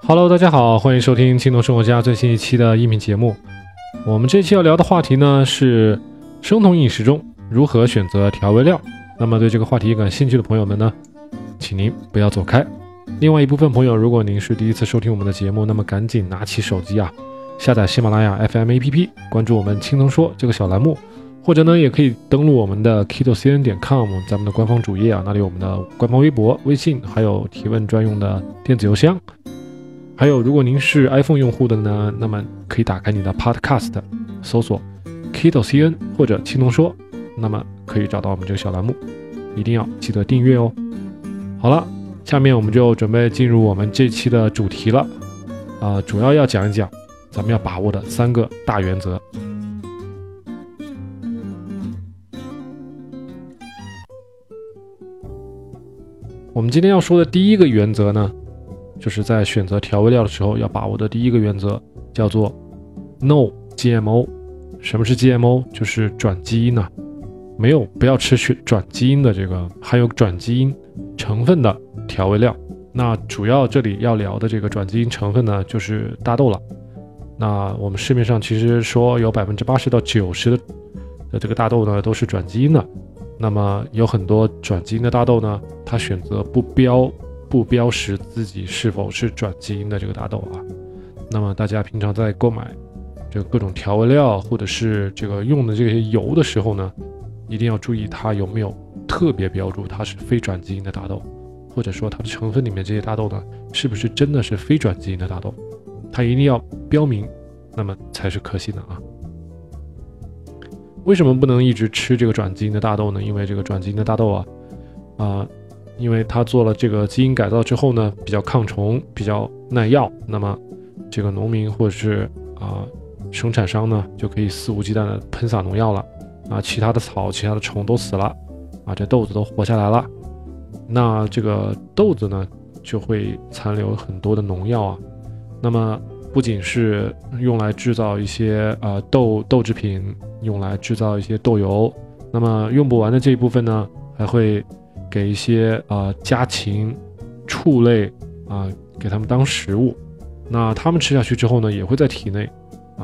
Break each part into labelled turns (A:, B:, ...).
A: Hello， 大家好，欢迎收听青铜生活家最新一期的音频节目。我们这期要聊的话题呢是生酮饮食中如何选择调味料。那么对这个话题感兴趣的朋友们呢，请您不要走开。另外一部分朋友，如果您是第一次收听我们的节目，那么赶紧拿起手机下载喜马拉雅 FM APP， 关注我们青铜说这个小栏目，或者呢也可以登录我们的 ketocn.com 咱们的官方主页那里有我们的官方微博、微信，还有提问专用的电子邮箱。还有，如果您是 iPhone 用户的呢，那么可以打开你的 Podcast， 搜索 ketocn 或者青铜说，那么可以找到我们这个小栏目，一定要记得订阅哦。好了，下面我们就准备进入我们这期的主题了，主要要讲一讲咱们要把握的3个大原则。我们今天要说的第一个原则呢，就是在选择调味料的时候要把握的第一个原则，叫做 No GMO。 什么是 GMO？ 就是转基因不要吃转基因的这个含有转基因成分的调味料。那主要这里要聊的这个转基因成分呢，就是大豆了。那我们市面上其实说有 80%到90% 的这个大豆呢都是转基因的。那么有很多转基因的大豆呢，它选择不标识自己是否是转基因的这个大豆那么大家平常在购买这个各种调味料或者是这个用的这些油的时候呢，一定要注意它有没有特别标注它是非转基因的大豆，或者说它的成分里面这些大豆呢是不是真的是非转基因的大豆，它一定要标明，那么才是可信的为什么不能一直吃这个转基因的大豆呢？因为这个转基因的大豆因为它做了这个基因改造之后呢，比较抗虫，比较耐药，那么这个农民或者是生产商呢，就可以肆无忌惮的喷洒农药了其他的草、其他的虫都死了这豆子都活下来了。那这个豆子呢，就会残留很多的农药那么不仅是用来制造一些豆制品，用来制造一些豆油，那么用不完的这一部分呢，还会给一些家禽、畜类给他们当食物。那他们吃下去之后呢，也会在体内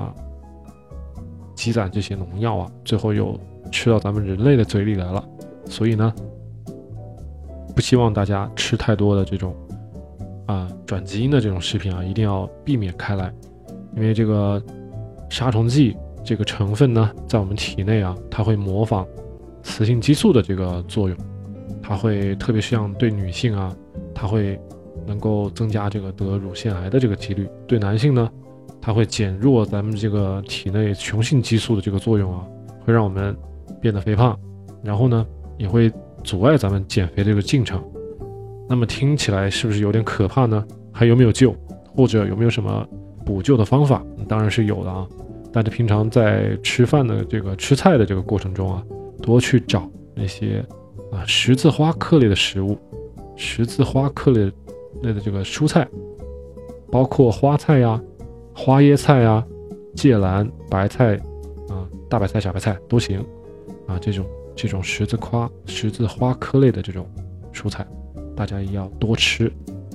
A: 积攒这些农药最后又吃到咱们人类的嘴里来了。所以呢，不希望大家吃太多的这种转基因的这种食品一定要避免开来。因为这个杀虫剂这个成分呢，在我们体内它会模仿雌性激素的这个作用，它会特别是像对女性它会能够增加这个得乳腺癌的这个几率。对男性呢，它会减弱咱们这个体内雄性激素的这个作用会让我们变得肥胖，然后呢也会阻碍咱们减肥这个进程。那么听起来是不是有点可怕呢？还有没有救？或者有没有什么补救的方法？当然是有的但是平常在吃饭的这个吃菜的这个过程中多去找那些十字花科类的食物，十字花科类的这个蔬菜，包括花菜花椰菜芥蓝、白菜大白菜、小白菜都行这种十字花科类的这种蔬菜，大家也要多吃。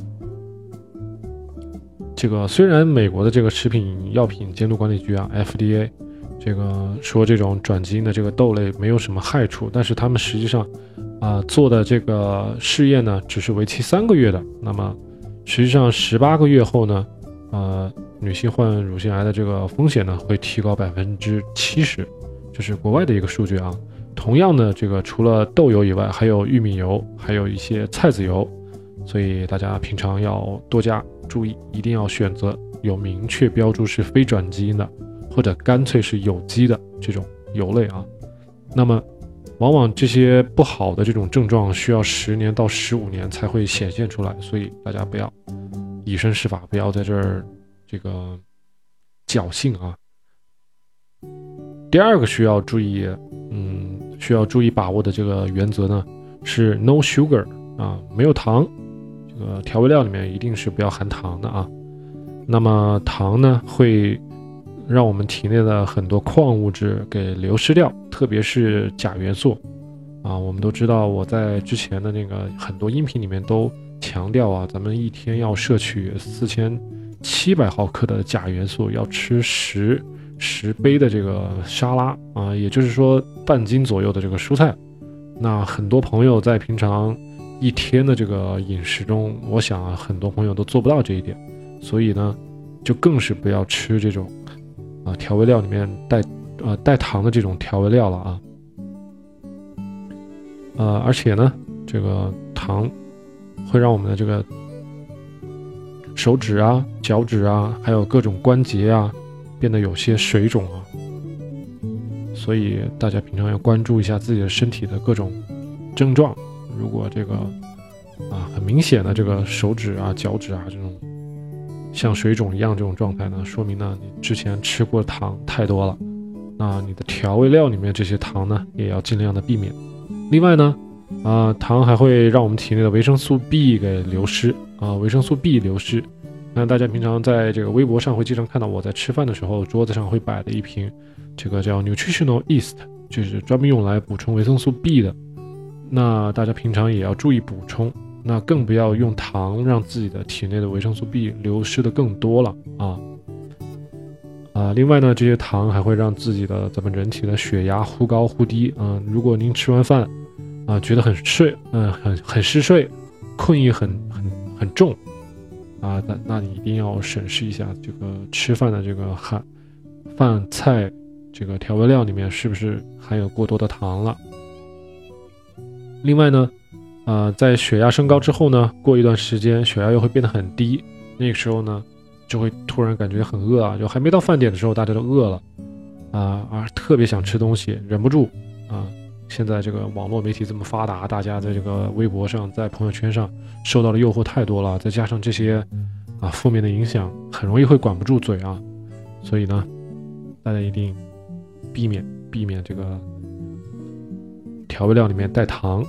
A: 这个虽然美国的这个食品药品监督管理局FDA 这个说这种转基因的这个豆类没有什么害处，但是他们实际上做的这个试验呢，只是为期3个月的。那么实际上18个月后呢，女性患乳腺癌的这个风险呢会提高70%，这是国外的一个数据同样的，这个除了豆油以外，还有玉米油，还有一些菜籽油，所以大家平常要多加注意，一定要选择有明确标注是非转基因的，或者干脆是有机的这种油类那么往往这些不好的这种症状需要10年到15年才会显现出来，所以大家不要以身试法，不要在这儿这个侥幸第二个需要注意把握的这个原则呢，是 no sugar 没有糖。这个调味料里面一定是不要含糖的那么糖呢，会让我们体内的很多矿物质给流失掉，特别是钾元素我们都知道我在之前的那个很多音频里面都强调咱们一天要摄取4700毫克的钾元素，要吃10杯的这个沙拉也就是说半斤左右的这个蔬菜。那很多朋友在平常一天的这个饮食中，我想很多朋友都做不到这一点，所以呢就更是不要吃这种调味料里面带糖的这种调味料了而且呢这个糖会让我们的这个手指脚趾还有各种关节变得有些水肿所以大家平常要关注一下自己的身体的各种症状。如果这个很明显的这个手指脚趾这种像水肿一样这种状态呢，说明呢你之前吃过糖太多了，那你的调味料里面这些糖呢也要尽量的避免。另外呢糖还会让我们体内的维生素 B 给流失维生素 B 流失。那大家平常在这个微博上会经常看到我在吃饭的时候桌子上会摆的一瓶这个叫 Nutritional Yeast， 就是专门用来补充维生素 B 的。那大家平常也要注意补充，那更不要用糖让自己的体内的维生素 B 流失的更多了另外呢，这些糖还会让咱们人体的血压忽高忽低如果您吃完饭觉得很嗜睡，困意很重那你一定要审视一下这个吃饭的这个饭菜这个调味料里面是不是含有过多的糖了。另外呢在血压升高之后呢，过一段时间血压又会变得很低，那个时候呢就会突然感觉很饿就还没到饭点的时候大家都饿了特别想吃东西，忍不住现在这个网络媒体这么发达，大家在这个微博上在朋友圈上受到的诱惑太多了，再加上这些负面的影响，很容易会管不住嘴所以呢大家一定避免这个调味料里面带糖。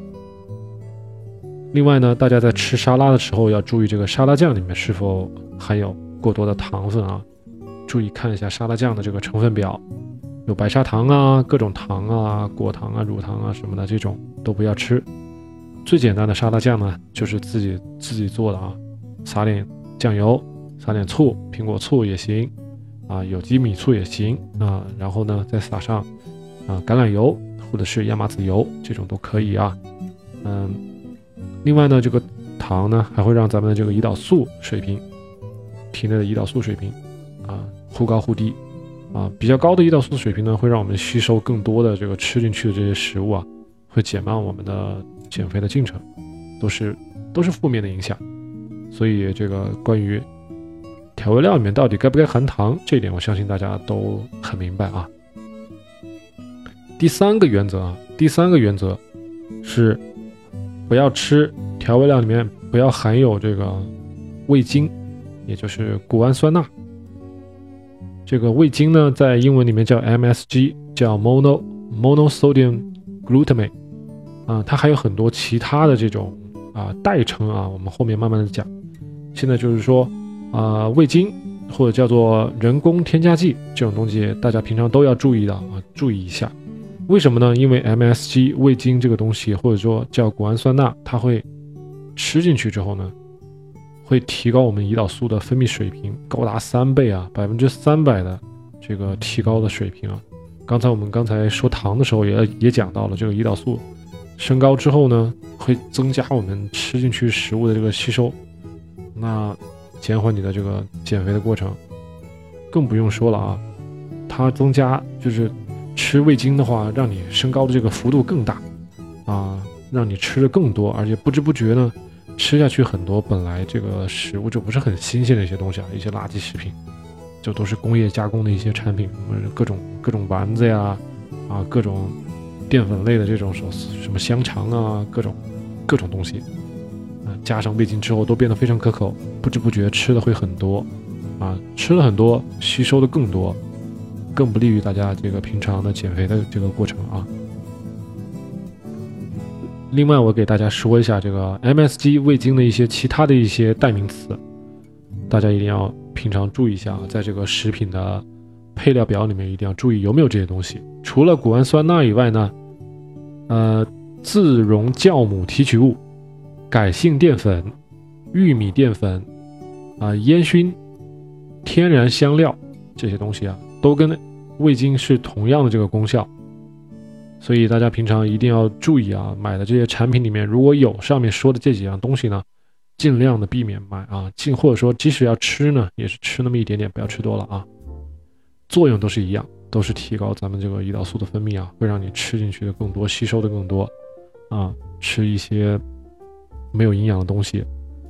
A: 另外呢，大家在吃沙拉的时候要注意这个沙拉酱里面是否含有过多的糖分注意看一下沙拉酱的这个成分表，有白砂糖各种糖果糖乳糖什么的，这种都不要吃。最简单的沙拉酱呢就是自己做的撒点酱油，撒点醋，苹果醋也行有机米醋也行然后呢再撒上橄榄油或者是亚麻籽油，这种都可以另外呢这个糖呢还会让咱们的这个胰岛素水平，体内的胰岛素水平忽高忽低比较高的胰岛素水平呢会让我们吸收更多的这个吃进去的这些食物会减慢我们的减肥的进程，都是负面的影响。所以这个关于调味料里面到底该不该含糖，这一点我相信大家都很明白第三个原则是不要吃调味料里面不要含有这个味精，也就是谷氨酸钠。这个味精呢在英文里面叫 MSG， 叫 monosodium glutamate它还有很多其他的这种代称我们后面慢慢的讲。现在就是说味精或者叫做人工添加剂这种东西，大家平常都要注意的注意一下。为什么呢？因为 MSG 味精这个东西，或者说叫谷氨酸钠，它会吃进去之后呢，会提高我们胰岛素的分泌水平，高达3倍，300%的这个提高的水平我们刚才说糖的时候也讲到了，这个胰岛素升高之后呢，会增加我们吃进去食物的这个吸收，那减缓你的这个减肥的过程。更不用说了它增加就是吃味精的话，让你升高的这个幅度更大让你吃的更多，而且不知不觉呢吃下去很多本来这个食物就不是很新鲜的一些东西一些垃圾食品，就都是工业加工的一些产品，各种丸子各种淀粉类的这种什么香肠各种东西加上味精之后都变得非常可口，不知不觉吃的会很多吃了很多，吸收的更多，更不利于大家这个平常的减肥的这个过程另外我给大家说一下这个 MSG 味精的一些其他的一些代名词，大家一定要平常注意一下在这个食品的配料表里面一定要注意有没有这些东西。除了谷氨酸钠以外呢自溶酵母提取物、改性淀粉、玉米淀粉烟熏、天然香料，这些东西啊，都跟味精是同样的这个功效。所以大家平常一定要注意啊，买的这些产品里面如果有上面说的这几样东西呢，尽量的避免买啊，或者说即使要吃呢，也是吃那么一点点，不要吃多了啊。作用都是一样，都是提高咱们这个胰岛素的分泌啊，会让你吃进去的更多，吸收的更多啊，吃一些没有营养的东西。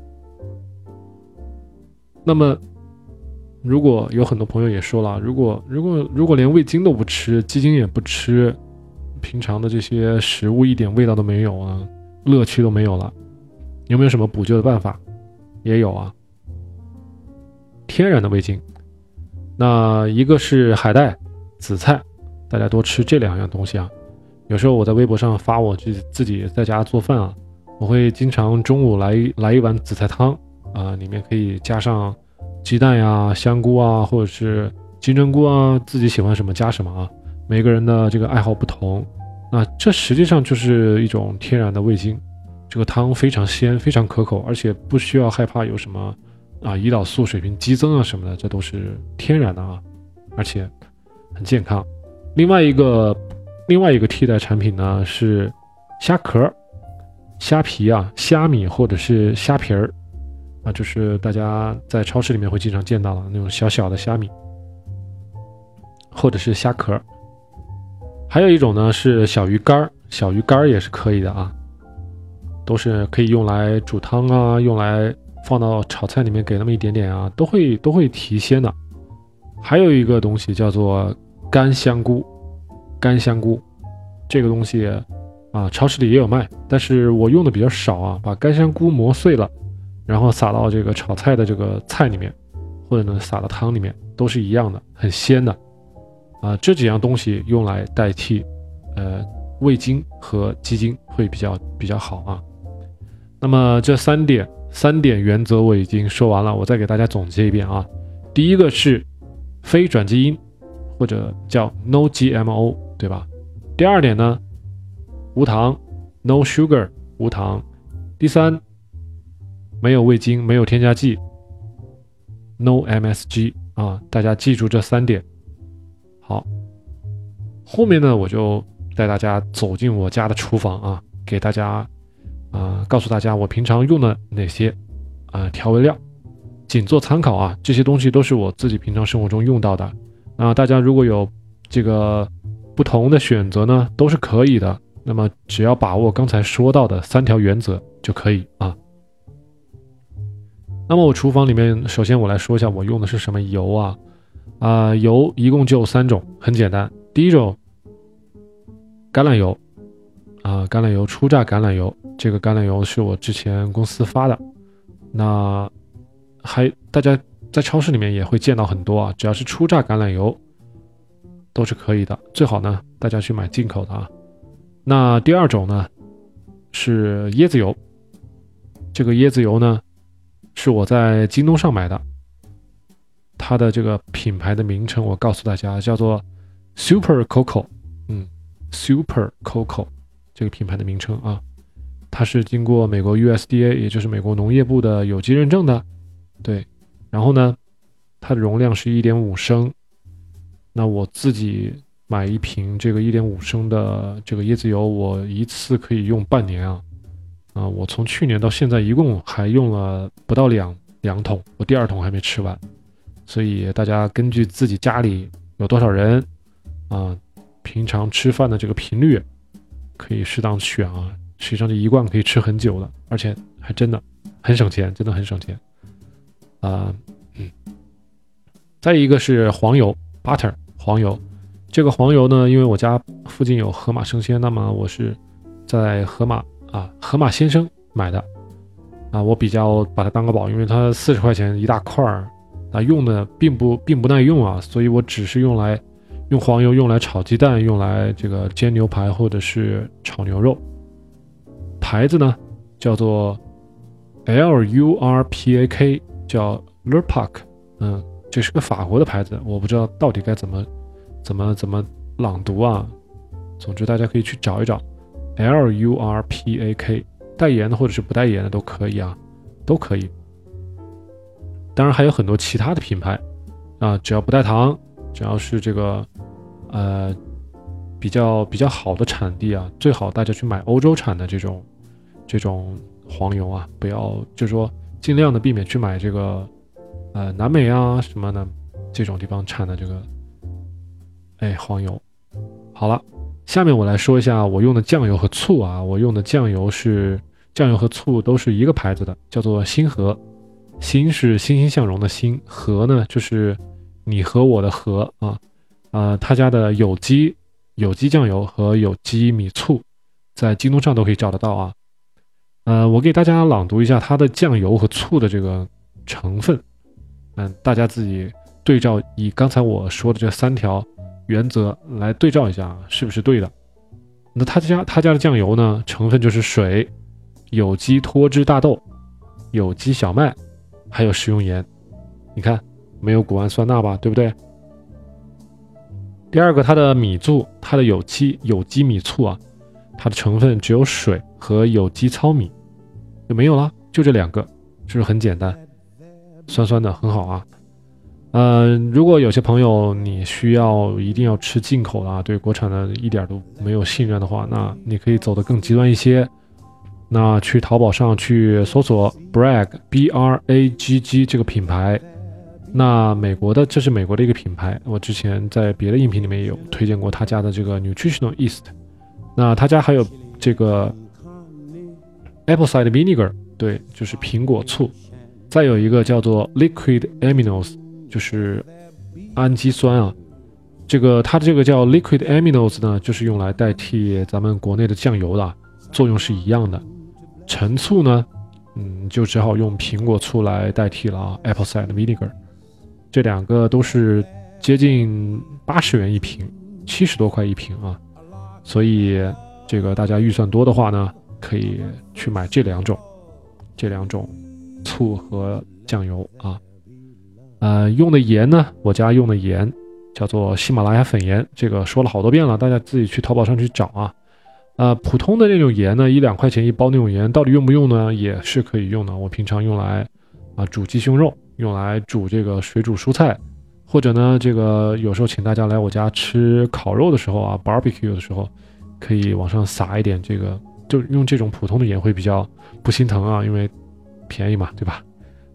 A: 那么如果有很多朋友也说了，如果连味精都不吃，鸡精也不吃，平常的这些食物一点味道都没有啊，乐趣都没有了，有没有什么补救的办法？也有啊，天然的味精。那一个是海带、紫菜，大家多吃这2样东西啊。有时候我在微博上发我自己在家做饭啊，我会经常中午来一碗紫菜汤啊，里面可以加上鸡蛋呀、香菇啊，或者是金针菇啊，自己喜欢什么加什么啊。每个人的这个爱好不同，那这实际上就是一种天然的味精。这个汤非常鲜，非常可口，而且不需要害怕有什么胰岛素水平激增啊什么的，这都是天然的啊，而且很健康。另外一个替代产品呢是虾壳、虾皮啊、虾米或者是虾皮儿啊，就是大家在超市里面会经常见到的那种小小的虾米，或者是虾壳。还有一种呢是小鱼干，小鱼干也是可以的啊，都是可以用来煮汤啊，用来放到炒菜里面给那么一点点啊，都会提鲜的。还有一个东西叫做干香菇，这个东西啊，超市里也有卖，但是我用的比较少啊，把干香菇磨碎了，然后撒到这个炒菜的这个菜里面，或者呢撒到汤里面，都是一样的，很鲜的啊。这几样东西用来代替味精和鸡精会比较好啊。那么这三点原则我已经说完了，我再给大家总结一遍啊。第一个是非转基因，或者叫 No GMO， 对吧？第二点呢，无糖 No sugar， 无糖。第三，没有味精，没有添加剂 No MSG 啊，大家记住这3点。好，后面呢我就带大家走进我家的厨房啊，给大家告诉大家我平常用的哪些调味料，仅做参考啊，这些东西都是我自己平常生活中用到的。大家如果有这个不同的选择呢，都是可以的。那么只要把握刚才说到的3条原则就可以啊。那么我厨房里面，首先我来说一下我用的是什么油啊。油一共就3种，很简单。第一种橄榄油橄榄油，初榨橄榄油，这个橄榄油是我之前公司发的。那大家在超市里面也会见到很多啊，只要是初榨橄榄油都是可以的，最好呢大家去买进口的啊。那第二种呢是椰子油，这个椰子油呢是我在京东上买的，它的这个品牌的名称我告诉大家，叫做 Super Coco， Super Coco 这个品牌的名称啊，它是经过美国 USDA， 也就是美国农业部的有机认证的，对。然后呢，它的容量是 1.5 升，那我自己买一瓶这个 1.5 升的这个椰子油，我一次可以用半年啊。我从去年到现在一共还用了不到两桶，我第2桶还没吃完。所以大家根据自己家里有多少人平常吃饭的这个频率可以适当选啊，实际上这一罐可以吃很久了，而且还真的很省钱，真的很省钱再一个是黄油 butter 黄油，这个黄油呢，因为我家附近有盒马生鲜，那么我是在盒马鲜生买的我比较把它当个宝，因为它40块钱一大块用的并不耐用啊，所以我只是用黄油用来炒鸡蛋，用来这个煎牛排或者是炒牛肉。牌子呢叫做 LURPAK， 叫 Lurpak， 这是个法国的牌子，我不知道到底该怎么朗读啊。总之大家可以去找一找 LURPAK， 带盐的或者是不带盐的都可以啊，都可以。当然还有很多其他的品牌啊，只要不带糖，只要是这个比较好的产地啊，最好大家去买欧洲产的这种黄油啊，不要就是说尽量的避免去买这个南美啊什么的这种地方产的这个黄油。好了，下面我来说一下我用的酱油和醋啊，我用的酱油和醋都是一个牌子的，叫做星河。欣是欣欣向荣的欣，和呢就是你和我的和啊，他家的有机酱油和有机米醋在京东上都可以找得到啊。我给大家朗读一下它的酱油和醋的这个成分，大家自己对照，以刚才我说的这3条原则来对照一下是不是对的。那他家的酱油呢，成分就是水、有机脱脂大豆、有机小麦，还有食用盐。你看没有谷氨酸钠吧，对不对？第二个，它的米醋，它的有机米醋啊，它的成分只有水和有机糙米，就没有了，就这2个，是不是很简单？酸酸的，很好啊。如果有些朋友你一定要吃进口的啊，对国产的一点都没有信任的话，那你可以走得更极端一些。那去淘宝上去搜索 Bragg BRAGG 这个品牌，那这是美国的一个品牌，我之前在别的音频里面也有推荐过他家的这个 Nutritional Yeast。 那他家还有这个 Apple Cider Vinegar， 对，就是苹果醋，再有一个叫做 Liquid Aminos， 就是氨基酸啊。它这个叫 Liquid Aminos 呢，就是用来代替咱们国内的酱油的，作用是一样的。陈醋呢，就只好用苹果醋来代替了啊 ，Apple Cider Vinegar。这2个都是接近80元一瓶，70多块一瓶啊。所以这个大家预算多的话呢，可以去买这两种醋和酱油啊。用的盐呢，我家用的盐叫做喜马拉雅粉盐，这个说了好多遍了，大家自己去淘宝上去找啊。普通的那种盐呢，1-2块钱一包那种盐，到底用不用呢？也是可以用的。我平常用来煮鸡胸肉，用来煮这个水煮蔬菜，或者呢，这个有时候请大家来我家吃烤肉的时候啊 ，barbecue 的时候，可以往上撒一点这个，就用这种普通的盐会比较不心疼啊，因为便宜嘛，对吧？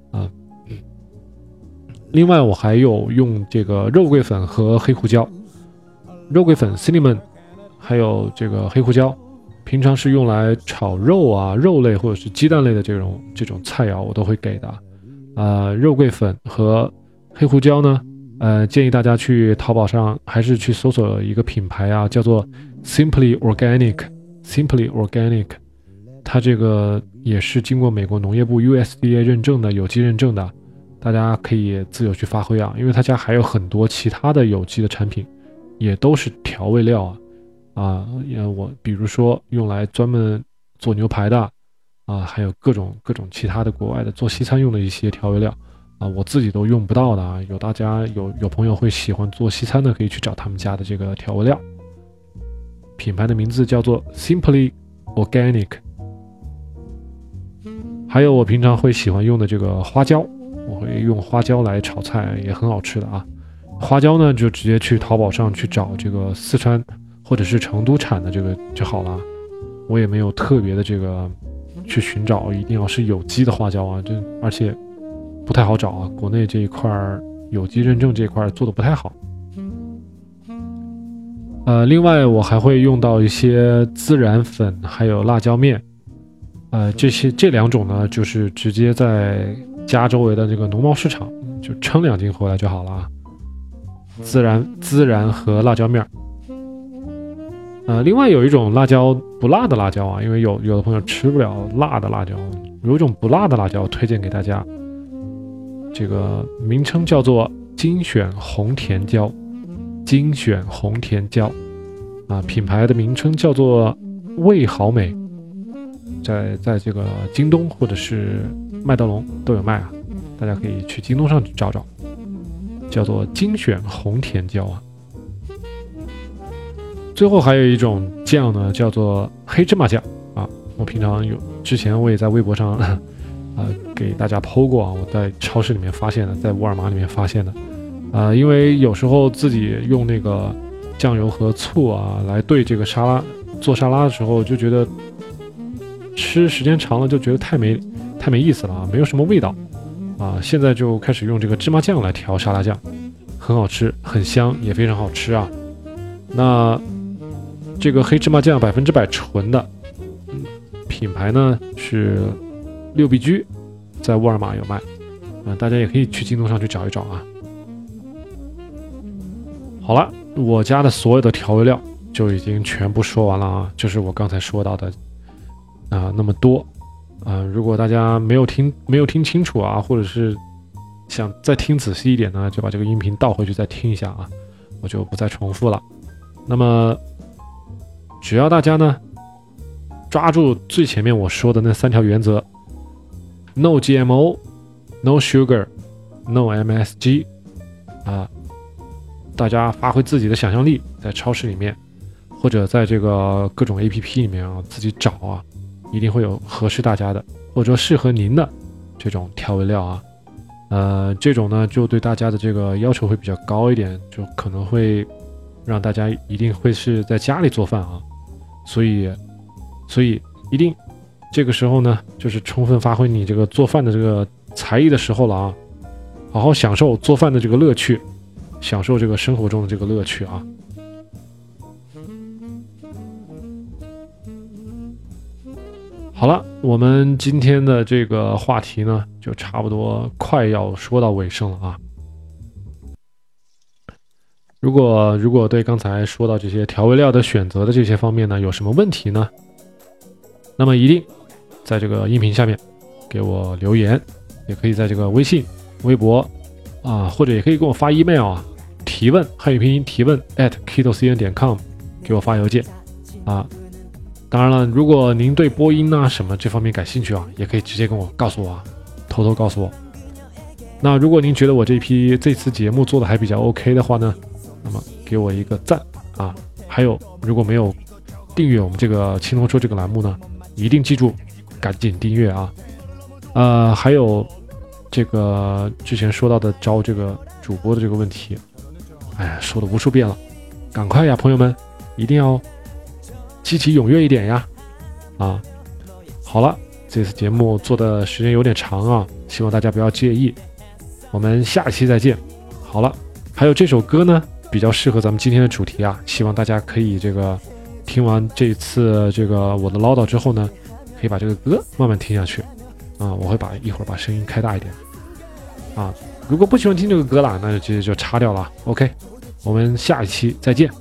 A: 另外我还有用这个肉桂粉和黑胡椒，肉桂粉 cinnamon。还有这个黑胡椒，平常是用来炒肉啊、肉类或者是鸡蛋类的这种菜肴，我都会给的。肉桂粉和黑胡椒呢，建议大家去淘宝上还是去搜索一个品牌啊，叫做 Simply Organic。Simply Organic， 它这个也是经过美国农业部 USDA 认证的有机认证的，大家可以自由去发挥啊，因为他家还有很多其他的有机的产品，也都是调味料我比如说用来专门做牛排的还有各种其他的国外的做西餐用的一些调味料我自己都用不到的大家有朋友会喜欢做西餐的，可以去找他们家的这个调味料。品牌的名字叫做 Simply Organic。 还有我平常会喜欢用的这个花椒，我会用花椒来炒菜，也很好吃的啊。花椒呢，就直接去淘宝上去找这个四川或者是成都产的这个就好了，我也没有特别的这个去寻找一定要是有机的花椒啊，而且不太好找啊，国内这一块有机认证这一块做的不太好。另外我还会用到一些孜然粉，还有辣椒面，这2种呢，就是直接在家周围的这个农贸市场就称2斤回来就好了啊。孜然和辣椒面。另外有一种辣椒不辣的辣椒啊，因为有的朋友吃不了辣的辣椒，有一种不辣的辣椒推荐给大家，这个名称叫做精选红甜椒。精选红甜椒品牌的名称叫做味好美，在这个京东或者是麦德龙都有卖啊，大家可以去京东上找找，叫做精选红甜椒啊。最后还有一种酱呢叫做黑芝麻酱啊。我平常之前我也在微博上给大家剖过啊，我在超市里面发现的，在沃尔玛里面发现的。因为有时候自己用那个酱油和醋啊来兑这个沙拉，做沙拉的时候就觉得吃时间长了就觉得太没意思了啊，没有什么味道啊。现在就开始用这个芝麻酱来调沙拉酱，很好吃，很香，也非常好吃啊。那这个黑芝麻酱100%纯的，品牌呢是六必居，在沃尔玛有卖，大家也可以去京东上去找一找啊。好了，我家的所有的调味料就已经全部说完了啊，就是我刚才说到的那么多如果大家没有听清楚啊，或者是想再听仔细一点呢，就把这个音频倒回去再听一下啊，我就不再重复了。那么只要大家呢抓住最前面我说的那3条原则 ：No GMO, No Sugar, No MSG 大家发挥自己的想象力，在超市里面或者在这个各种 APP 里面啊，自己找啊，一定会有合适大家的或者说适合您的这种调味料啊。这种呢就对大家的这个要求会比较高一点，就可能会让大家一定会是在家里做饭啊，所以一定这个时候呢，就是充分发挥你这个做饭的这个才艺的时候了啊，好好享受做饭的这个乐趣，享受这个生活中的这个乐趣啊。好了，我们今天的这个话题呢，就差不多快要说到尾声了啊。如果对刚才说到这些调味料的选择的这些方面呢，有什么问题呢？那么一定在这个音频下面给我留言，也可以在这个微信、微博或者也可以给我发 email 啊，提问汉语拼音提问 @kitocn.com 给我发邮件啊。当然了，如果您对播音什么这方面感兴趣啊，也可以直接跟我告诉我啊，偷偷告诉我。那如果您觉得我这次节目做的还比较 OK 的话呢，那么给我一个赞啊。还有，如果没有订阅我们这个青龙说这个栏目呢，一定记住赶紧订阅啊。还有这个之前说到的招这个主播的这个问题，说了无数遍了，赶快呀，朋友们，一定要积极踊跃一点呀！好了，这次节目做的时间有点长啊，希望大家不要介意。我们下期再见。好了，还有这首歌呢，比较适合咱们今天的主题啊，希望大家可以这个听完这次这个我的唠叨之后呢，可以把这个歌慢慢听下去我会一会儿把声音开大一点如果不喜欢听这个歌了，那就直接就插掉了。OK， 我们下一期再见。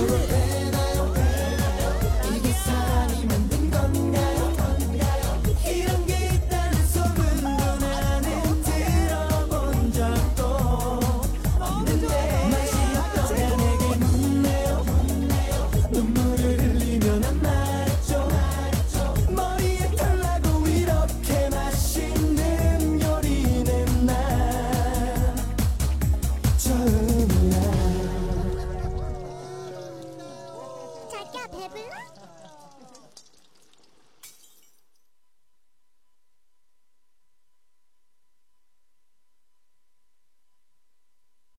B: Never end.